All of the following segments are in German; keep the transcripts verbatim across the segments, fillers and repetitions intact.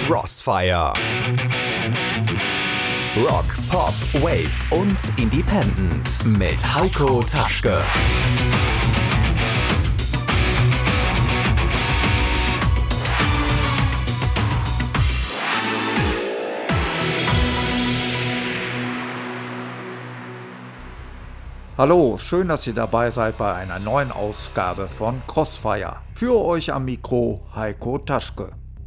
Crossfire. Rock, Pop, Wave und Independent mit Heiko Taschke. Hallo, schön, dass ihr dabei seid bei einer neuen Ausgabe von Crossfire. Für euch am Mikro Heiko Taschke.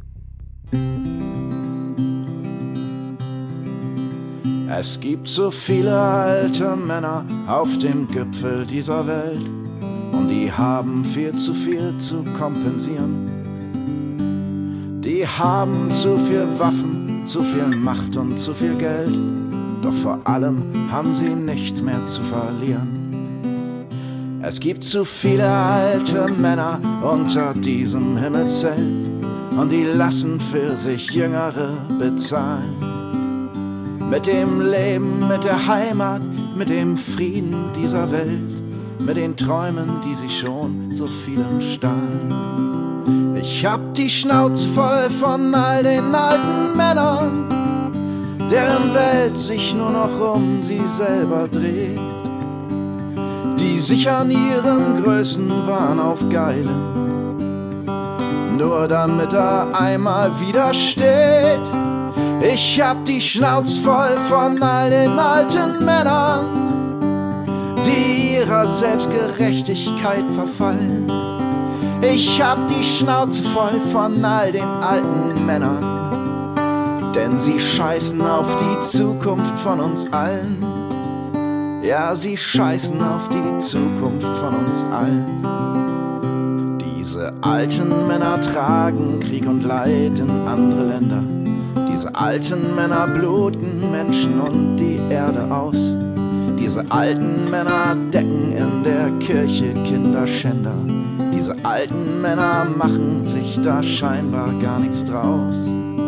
Es gibt so viele alte Männer auf dem Gipfel dieser Welt und die haben viel zu viel zu kompensieren. Die haben zu viel Waffen, zu viel Macht und zu viel Geld. Doch vor allem haben sie nichts mehr zu verlieren. Es gibt zu viele alte Männer unter diesem Himmelszelt und die lassen für sich Jüngere bezahlen. Mit dem Leben, mit der Heimat, mit dem Frieden dieser Welt, mit den Träumen, die sie schon so vielen stahlen. Ich hab die Schnauze voll von all den alten Männern, deren Welt sich nur noch um sie selber dreht, die sich an ihren Größenwahn aufgeilen, nur damit er einmal wieder steht. Ich hab die Schnauze voll von all den alten Männern, die ihrer Selbstgerechtigkeit verfallen. Ich hab die Schnauze voll von all den alten Männern, denn sie scheißen auf die Zukunft von uns allen. Ja, sie scheißen auf die Zukunft von uns allen. Diese alten Männer tragen Krieg und Leid in andere Länder. Diese alten Männer bluten Menschen und die Erde aus. Diese alten Männer decken in der Kirche Kinderschänder. Diese alten Männer machen sich da scheinbar gar nichts draus.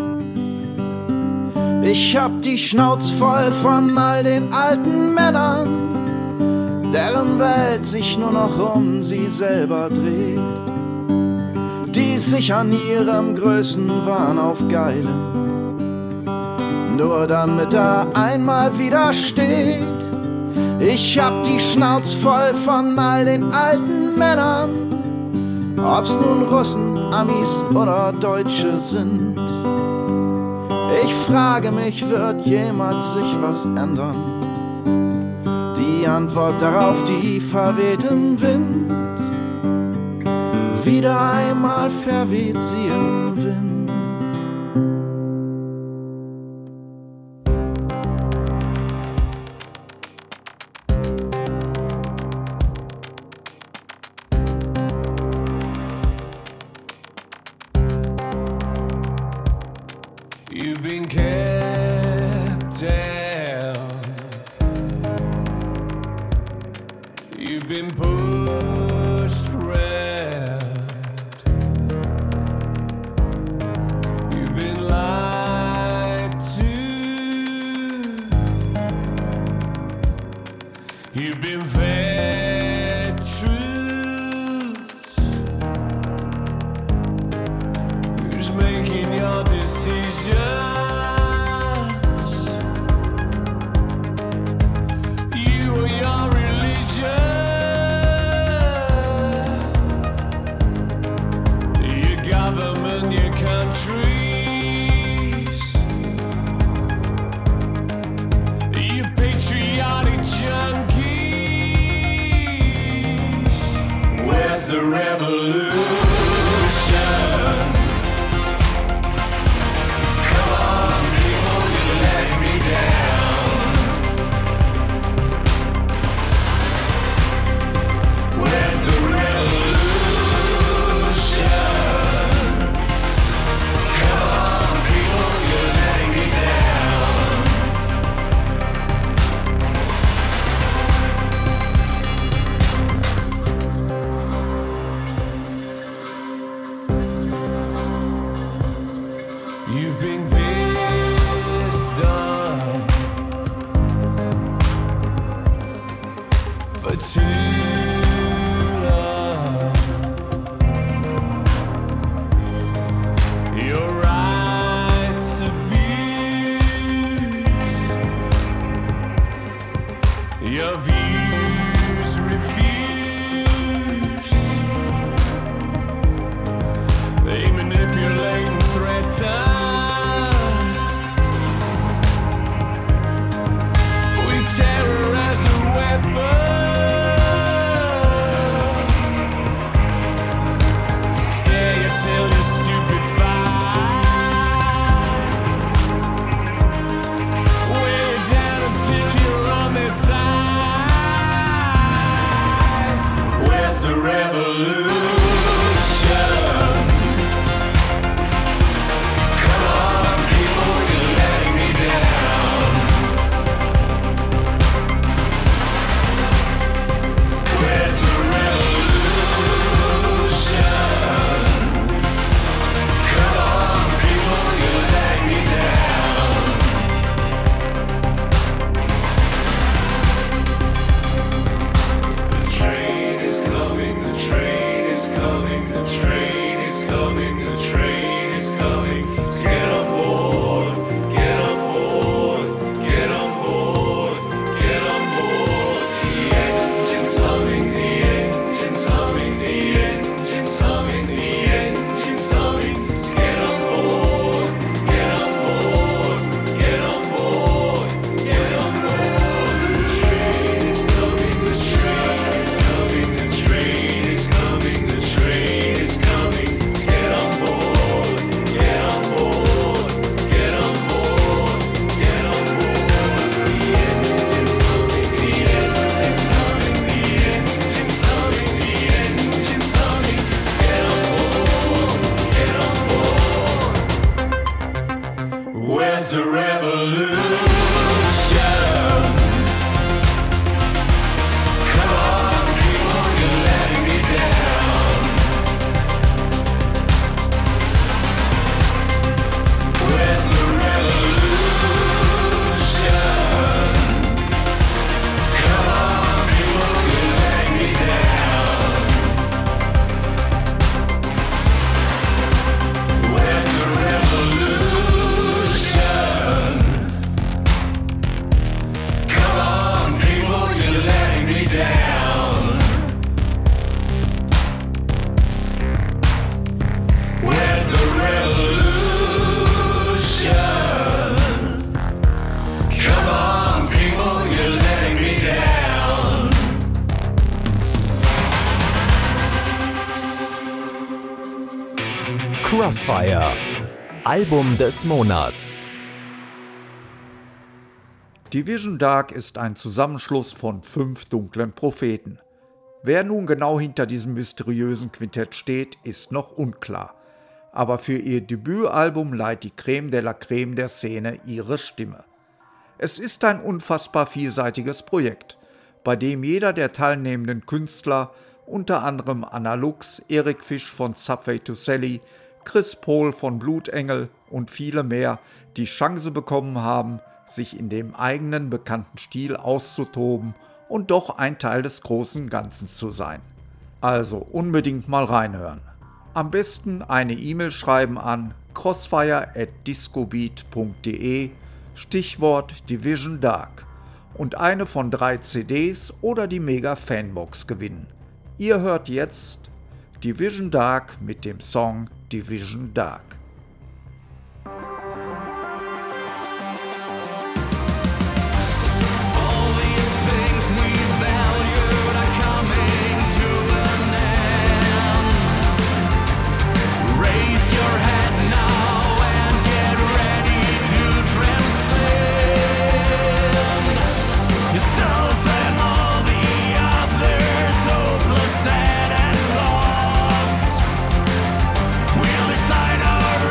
Ich hab die Schnauze voll von all den alten Männern, deren Welt sich nur noch um sie selber dreht, die sich an ihrem Größenwahn aufgeilen, nur damit er einmal wieder steht. Ich hab die Schnauze voll von all den alten Männern, ob's nun Russen, Amis oder Deutsche sind. Ich frage mich, wird jemals sich was ändern? Die Antwort darauf, die verweht im Wind. Wieder einmal verweht sie im Wind. You've been kept down. You've been pushed around. You've been lied to. You've been fed truths. Who's making your decisions? You or your religion, your government, your countries, you patriotic junkies. Where's the revolution? You've been pissed off for too long. Your right coming, the train is coming. So get on board, get on board, get on board, get on board. The engine's humming, the engine's humming, the engine's humming, the engine's humming. So get on board, get on board, get on board, get on board. The train is coming, the train is coming, the train is coming, the train is coming. So get on board, get on board, get on board, get on board. The engine's humming, the engine's humming, the engine's humming, the engine's humming. So get on board, get on board. Where's the revolution? Come on, people, you're letting me down. Where's the revolution? Come on, people, you're letting me down. Where's the revolution? Come on, people, you're letting me down. Where's the revolution? Come on, people, you're letting me down. Crossfire. Album des Monats. Division Dark ist ein Zusammenschluss von fünf dunklen Propheten. Wer nun genau hinter diesem mysteriösen Quintett steht, ist noch unklar. Aber für ihr Debütalbum leiht die Creme de la Creme der Szene ihre Stimme. Es ist ein unfassbar vielseitiges Projekt, bei dem jeder der teilnehmenden Künstler, unter anderem Anna Lux, Erik Fisch von Subway to Sally, Chris Pohl von Blutengel und viele mehr die Chance bekommen haben, sich in dem eigenen bekannten Stil auszutoben und doch ein Teil des großen Ganzen zu sein. Also unbedingt mal reinhören. Am besten eine E-Mail schreiben an crossfire at discobeat punkt de, Stichwort Division Dark, und eine von drei C Ds oder die Mega Fanbox gewinnen. Ihr hört jetzt Division Dark mit dem Song Division Dark. We'll decide our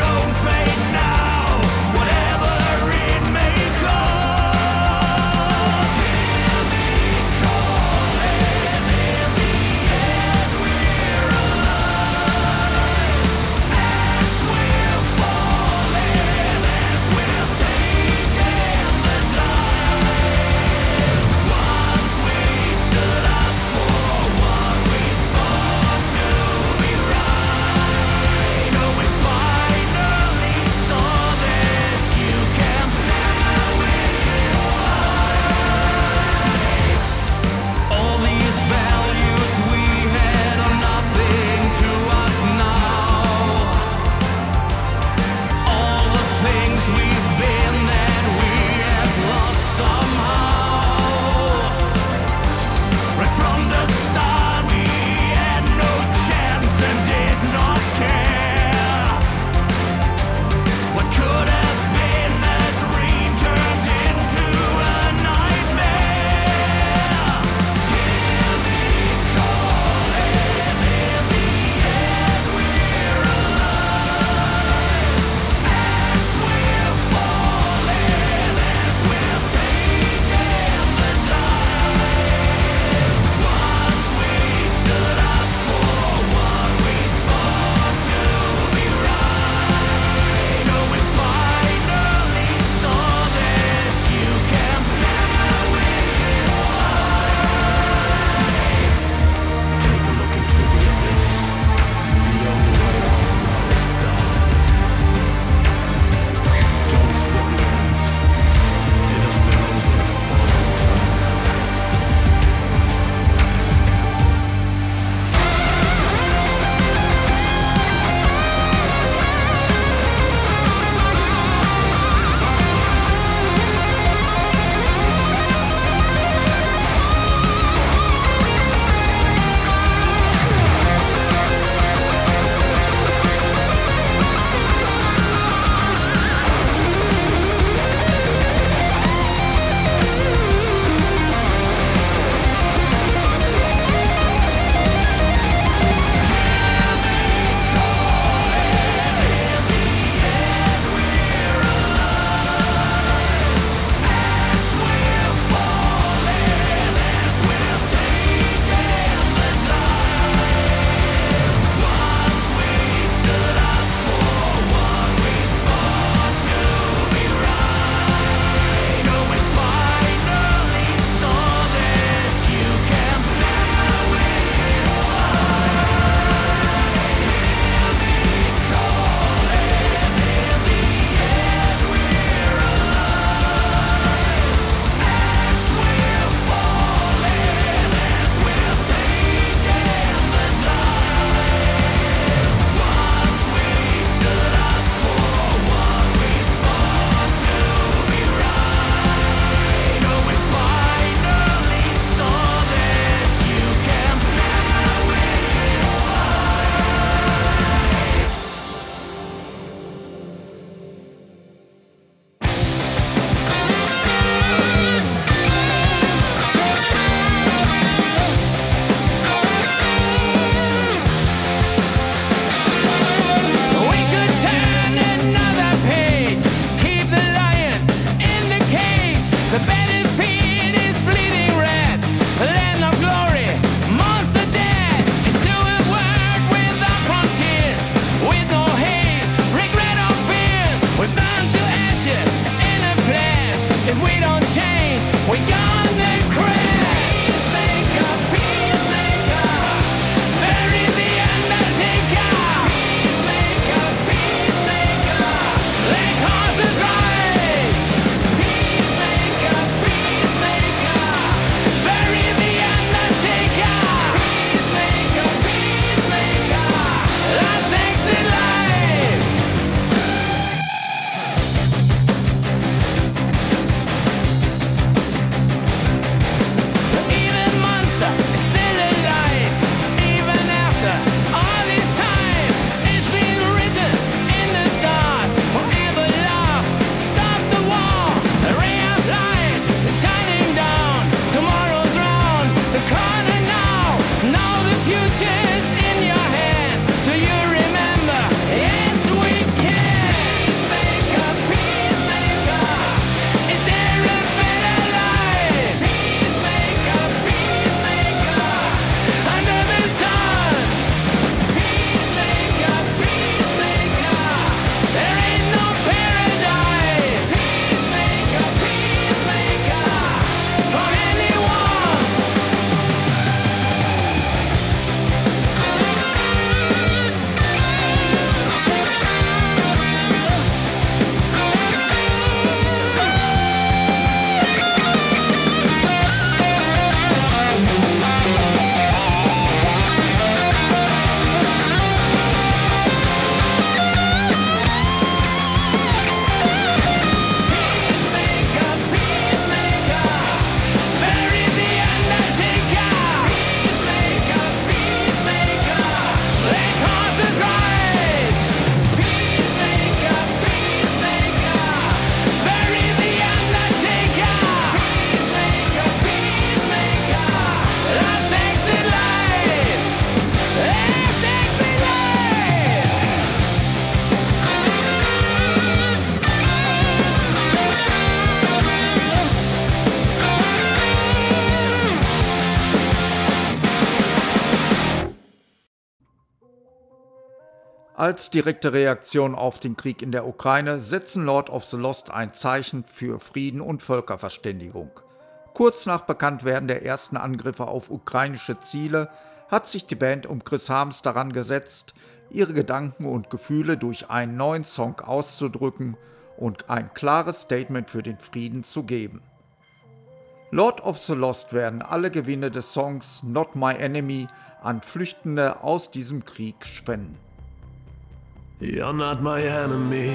Als direkte Reaktion auf den Krieg in der Ukraine setzen Lord of the Lost ein Zeichen für Frieden und Völkerverständigung. Kurz nach Bekanntwerden der ersten Angriffe auf ukrainische Ziele hat sich die Band um Chris Harms daran gesetzt, ihre Gedanken und Gefühle durch einen neuen Song auszudrücken und ein klares Statement für den Frieden zu geben. Lord of the Lost werden alle Gewinne des Songs Not My Enemy an Flüchtende aus diesem Krieg spenden. You're not my enemy.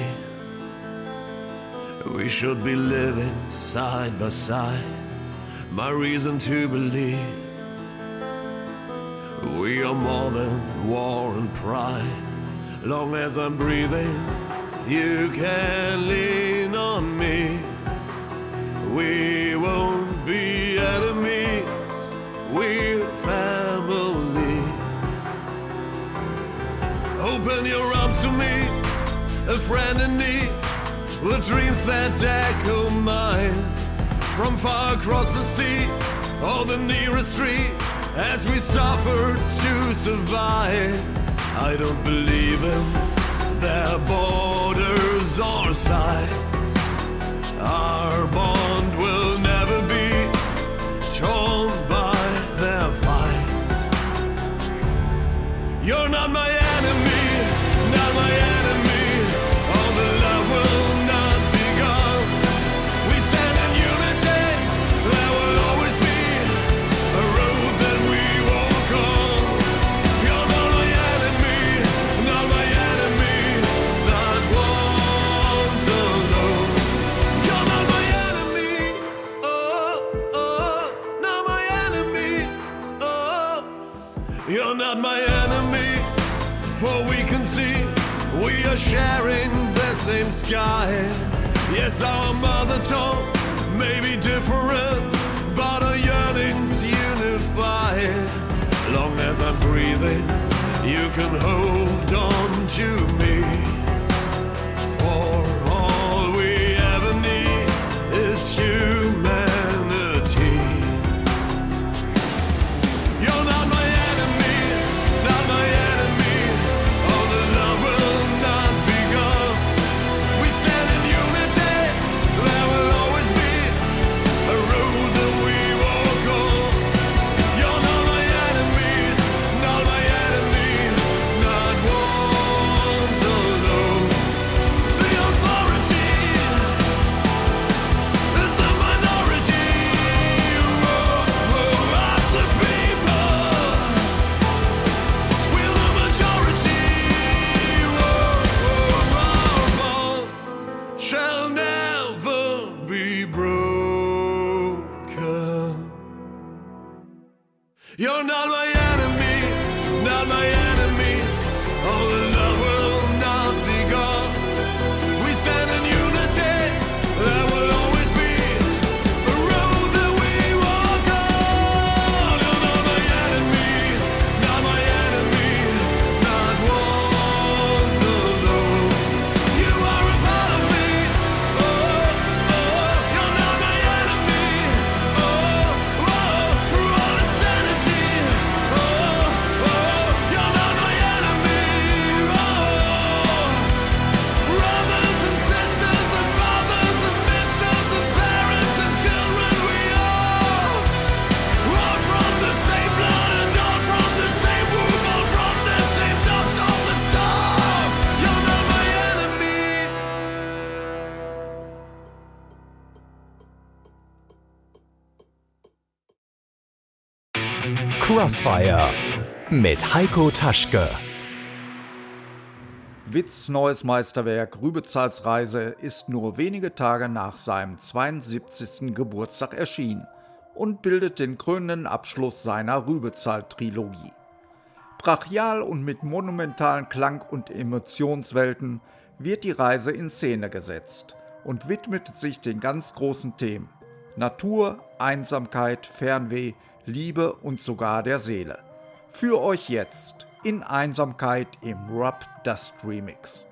We should be living side by side. My reason to believe we are more than war and pride. Long as I'm breathing, you can lean on me. We won't be enemies, we're family. Open your arms to me, a friend in need, with dreams that echo mine. From far across the sea, or the nearest street, as we suffer to survive. I don't believe in their borders or sides. Our bond will never be torn by their fights. You're not my enemy, not my enemy. All the love will not be gone. We stand in unity, there will always be a road that we walk on. You're not my enemy, not my enemy, not once alone. You're not my enemy, oh, oh, not my enemy, oh. You're not my enemy, for we can see we are sharing the same sky. Yes, our mother tongue may be different, but our yearnings unify. Long as I'm breathing, you can hold on to me. For all we ever need is humanity. You're not my enemy, not my enemy. All the love will not be gone. We stand in unity, there will always be a road that we walk on. You're not my enemy, not my enemy, not once alone. The authority is the minority. Whoa, whoa, us the people, we're the majority. Whoa, whoa, our bond shall never be broken. You're not my enemy, not my enemy. All the love will not be gone. We stand in unity, there will always be a road that we walk on. You're not my enemy, not my enemy, not once alone. You are a part of me, oh, oh. You're not my enemy, oh, oh. Through all insanity, oh, oh. You're not my enemy, oh. Brothers and sisters and mothers and misters and parents and children, we all all from the same blood and all from the same womb, all from the same dust of the stars. You're not my enemy. Crossfire mit Heiko Taschke. Witts' neues Meisterwerk Rübezahls Reise ist nur wenige Tage nach seinem zweiundsiebzigsten Geburtstag erschienen und bildet den krönenden Abschluss seiner Rübezahl-Trilogie. Brachial und mit monumentalen Klang- und Emotionswelten wird die Reise in Szene gesetzt und widmet sich den ganz großen Themen: Natur, Einsamkeit, Fernweh, Liebe und sogar der Seele. Für euch jetzt in Einsamkeit im Rub Dust Remix.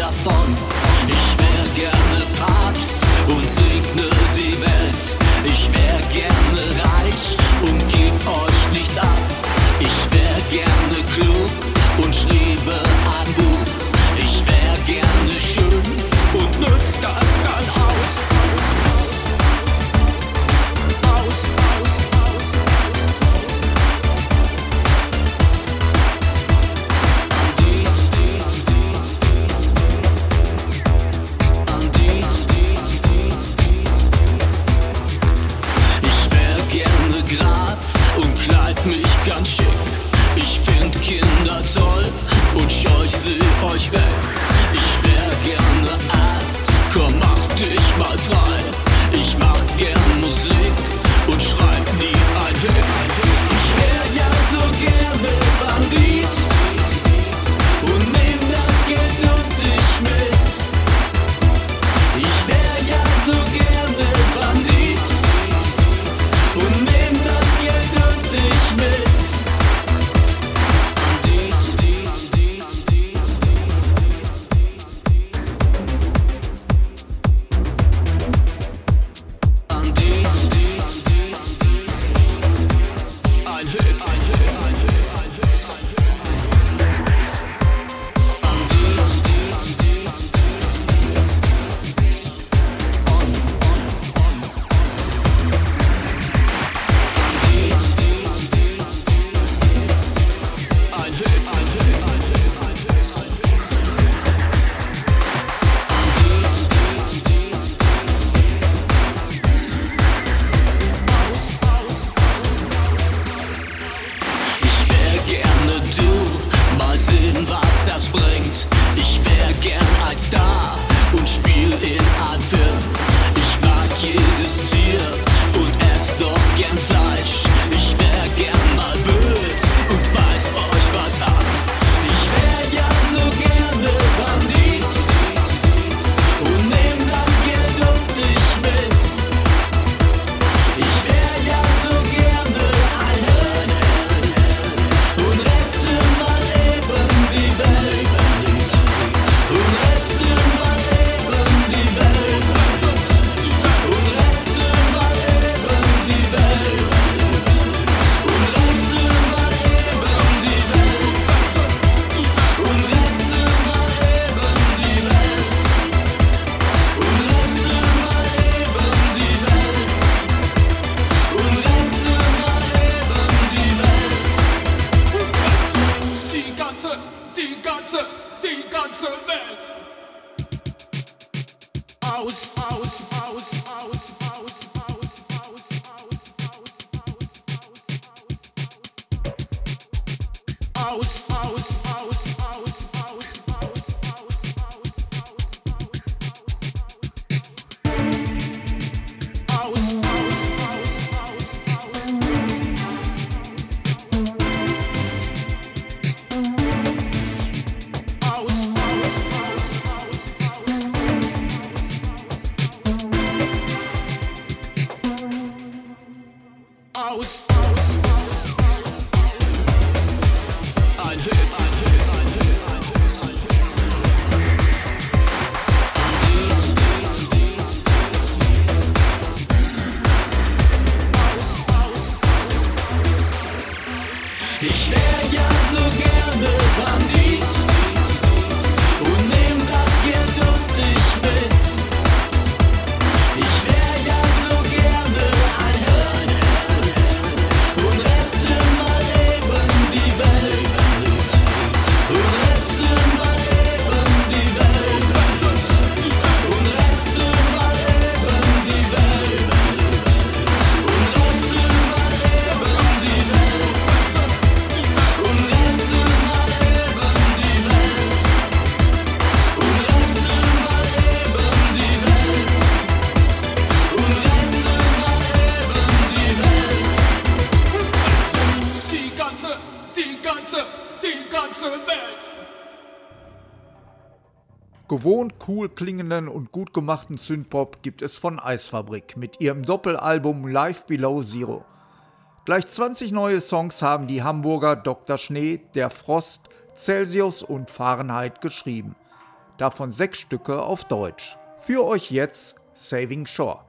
davon. Ich wär gerne Papst und segne die Welt. Ich wär gerne reich und geb euch nichts ab. Ich wär gerne klug und schriebe ein Buch. Ich wär gerne schön und nütz das dann aus. Aus, aus, aus. An die, an die, ich wär gerne Graf und kleid mich ganz schick. Ich find Kinder toll und scheuch sie euch weg. Ich wär gerne Arzt, komm mach dich mal frei. Ich mach gern Musik und schreib nie ein Hit. Ich wär ja so gerne Bandit und nehm das Geld und dich mit. Ich wär ja so gerne Bandit und nehm das Geld und dich mit. Gewohnt cool klingenden und gut gemachten Synthpop gibt es von Eisfabrik mit ihrem Doppelalbum Live Below Zero. Gleich zwanzig neue Songs haben die Hamburger Doktor Schnee, Der Frost, Celsius und Fahrenheit geschrieben. davon sechs Stücke auf Deutsch. Für euch jetzt Saving Shore.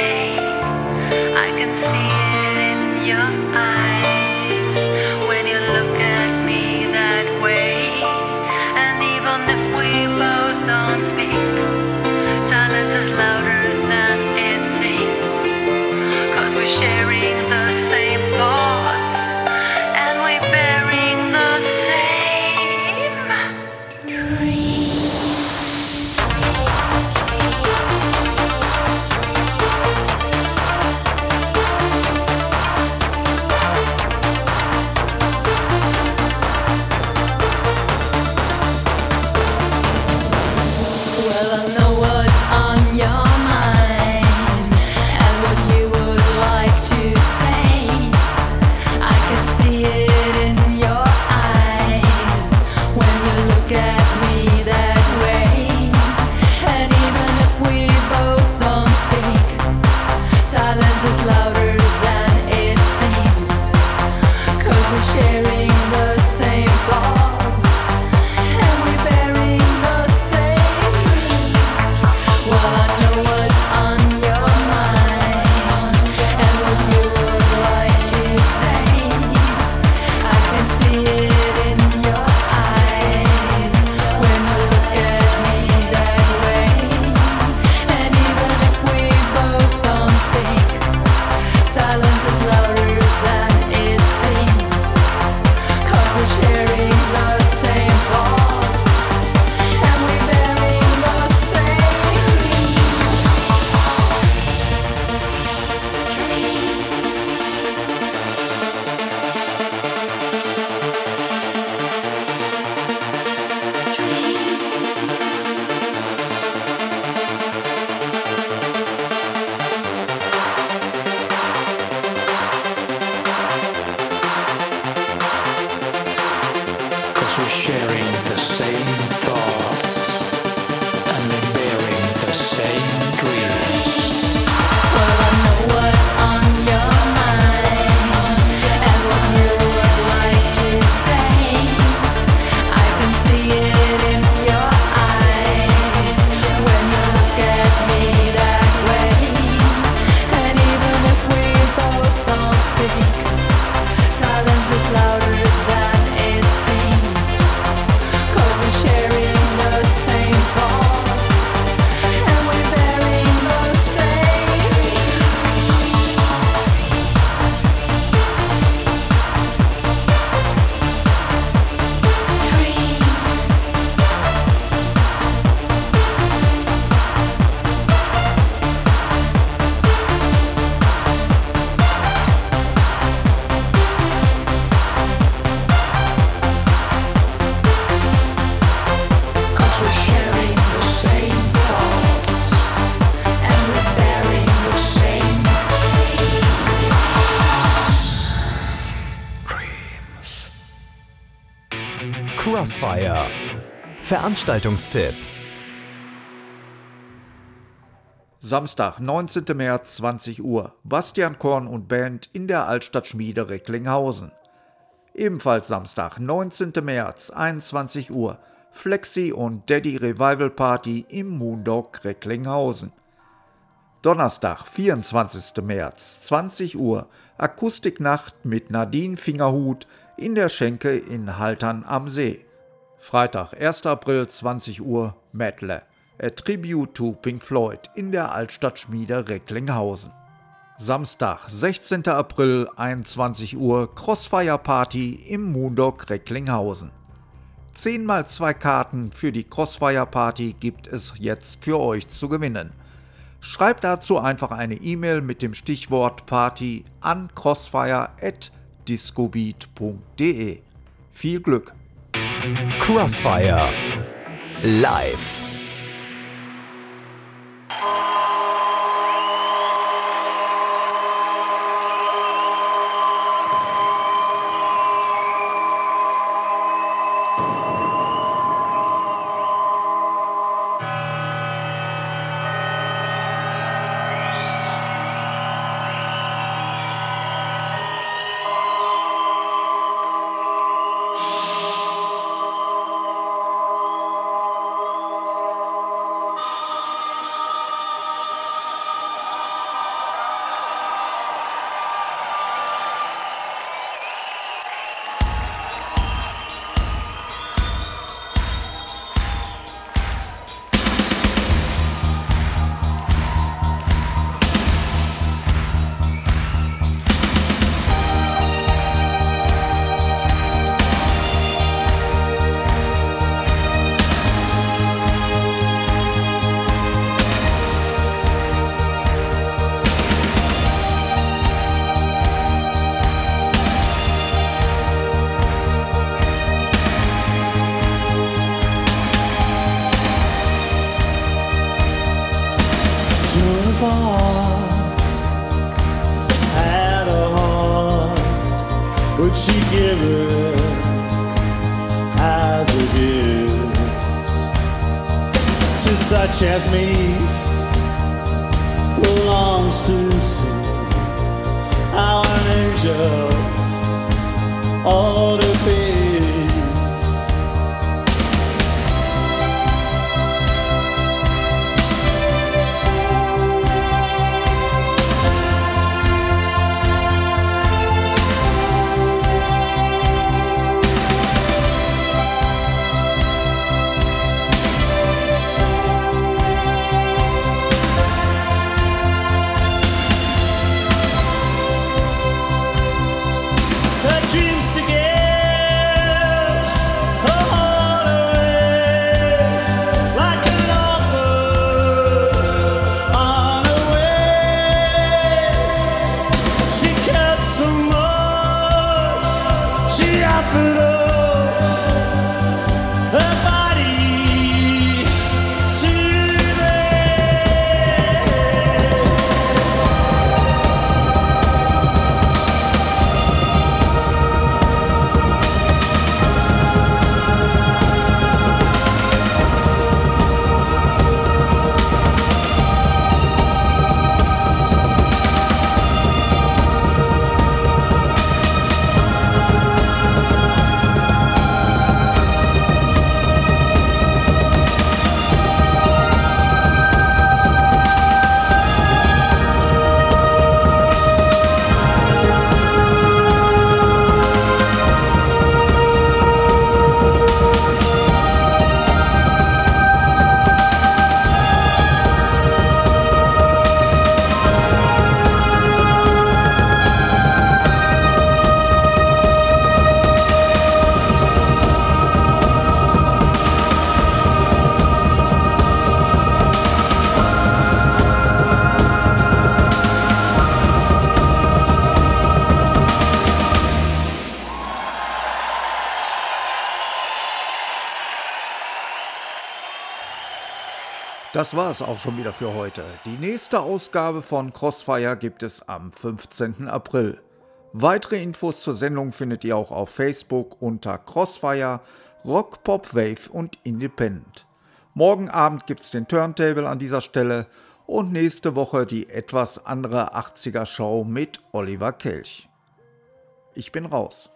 can see it in your eyes when you look. Crossfire. Veranstaltungstipp. Samstag, neunzehnten März, zwanzig Uhr. Bastian Korn und Band in der Altstadtschmiede Recklinghausen. Ebenfalls Samstag, neunzehnten März, einundzwanzig Uhr. Flexi und Daddy Revival Party im Moondog Recklinghausen. Donnerstag, vierundzwanzigsten März, zwanzig Uhr. Akustiknacht mit Nadine Fingerhut in der Schenke in Haltern am See. Freitag, ersten April, zwanzig Uhr. Medley. A Tribute to Pink Floyd in der Altstadtschmiede Recklinghausen. Samstag, sechzehnten April, einundzwanzig Uhr, Crossfire Party im Moondog Recklinghausen. zehn mal zwei Karten für die Crossfire Party gibt es jetzt für euch zu gewinnen. Schreibt dazu einfach eine E-Mail mit dem Stichwort Party an crossfire at discobeat punkt de. Viel Glück! Crossfire live. Had a heart, would she give it as a gift to such as me? Belongs to see how an angel ought to be. Das war es auch schon wieder für heute. Die nächste Ausgabe von Crossfire gibt es am fünfzehnten April. Weitere Infos zur Sendung findet ihr auch auf Facebook unter Crossfire Rock, Pop, Wave und Independent. Morgen Abend gibt's den Turntable an dieser Stelle und nächste Woche die etwas andere achtziger-Show mit Oliver Kelch. Ich bin raus.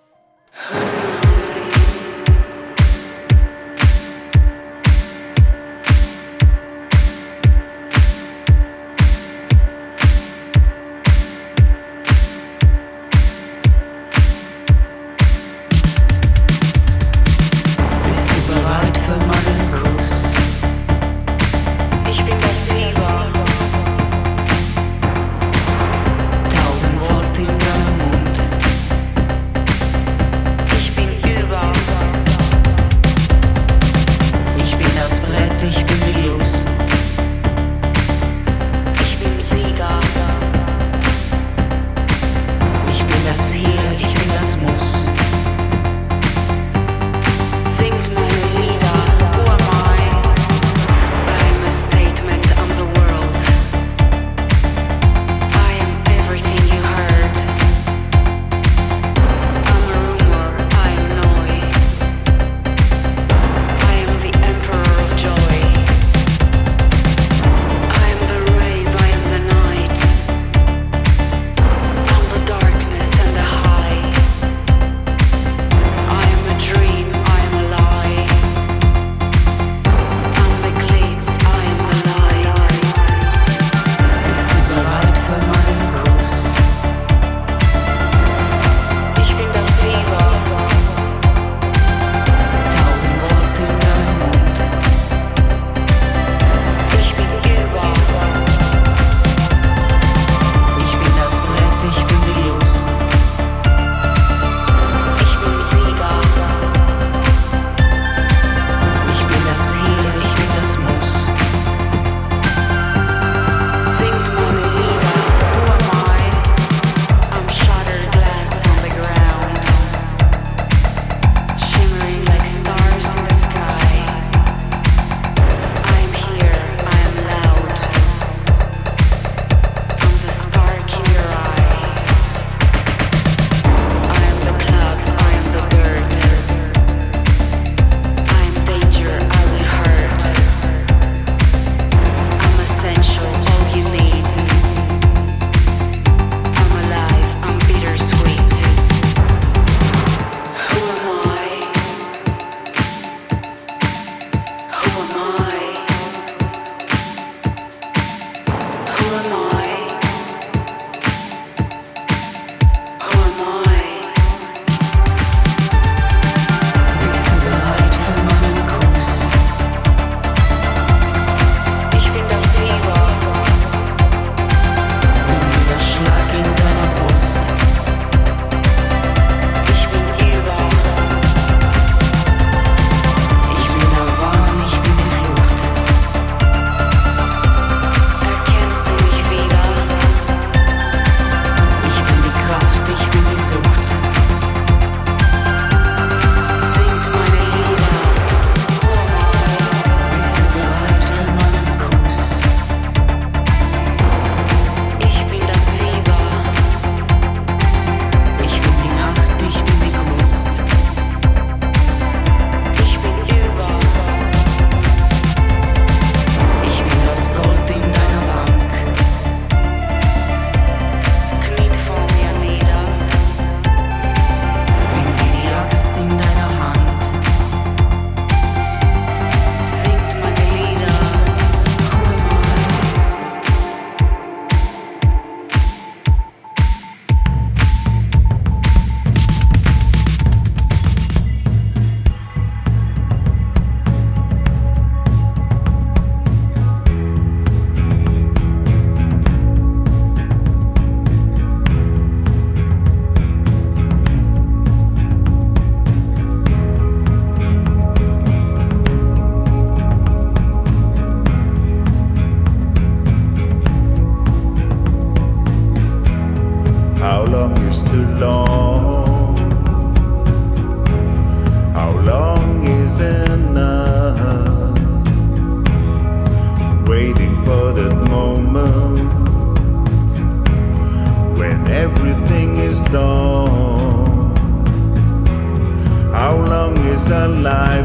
alive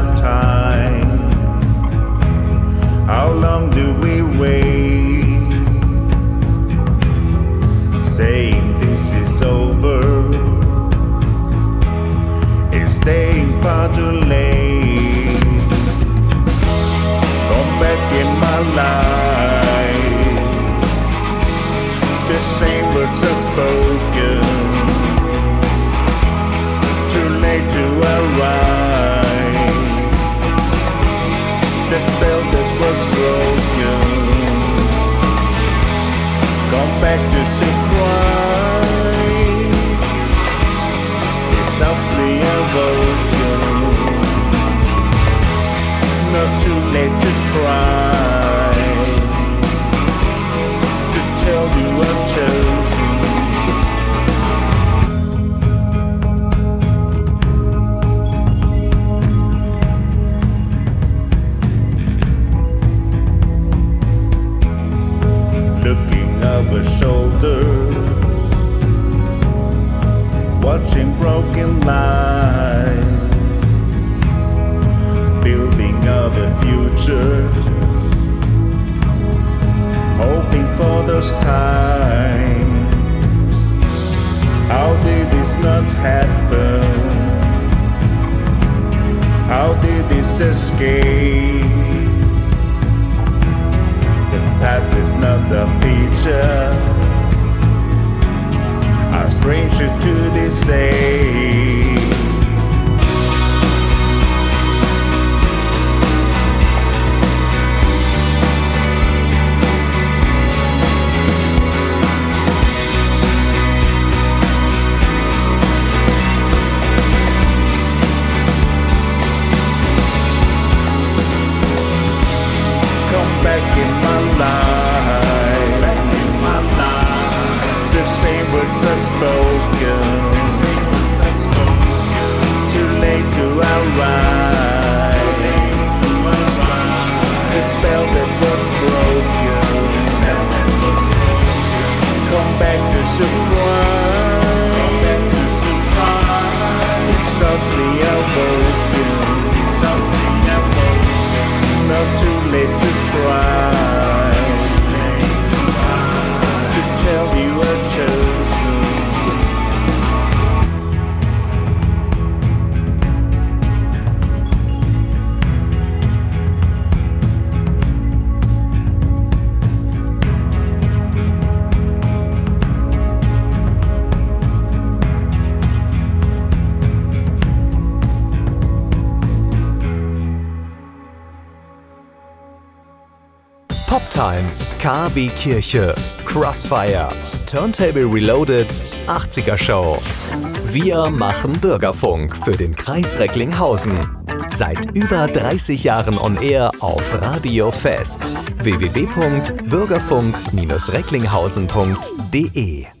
far too late. Come back in my life. The same words are spoken. Too late to arrive. The spell that was broken. Come back to surprise. It's softly awoken. Not too late to try to tell you I've chosen. Looking over shoulders, watching broken lives, building other futures, hoping for those times. How did this not happen? How did this escape? The past is not a feature, a stranger to this age. Back in my life, back in my life. The same words are spoken, the same words are spoken. Too late to arrive, too late to arrive. The spell that was broken, the spell that was broken. Come back to surprise, come back to surprise. It's softly awoken, it's softly awoken. Not too late to try, to tell you I've chosen. Poptime, K wie Kirche, Crossfire, Turntable Reloaded, achtziger Show. Wir machen Bürgerfunk für den Kreis Recklinghausen. Seit über dreißig Jahren on air auf Radio Fest. w w w punkt bürgerfunk Bindestrich recklinghausen punkt de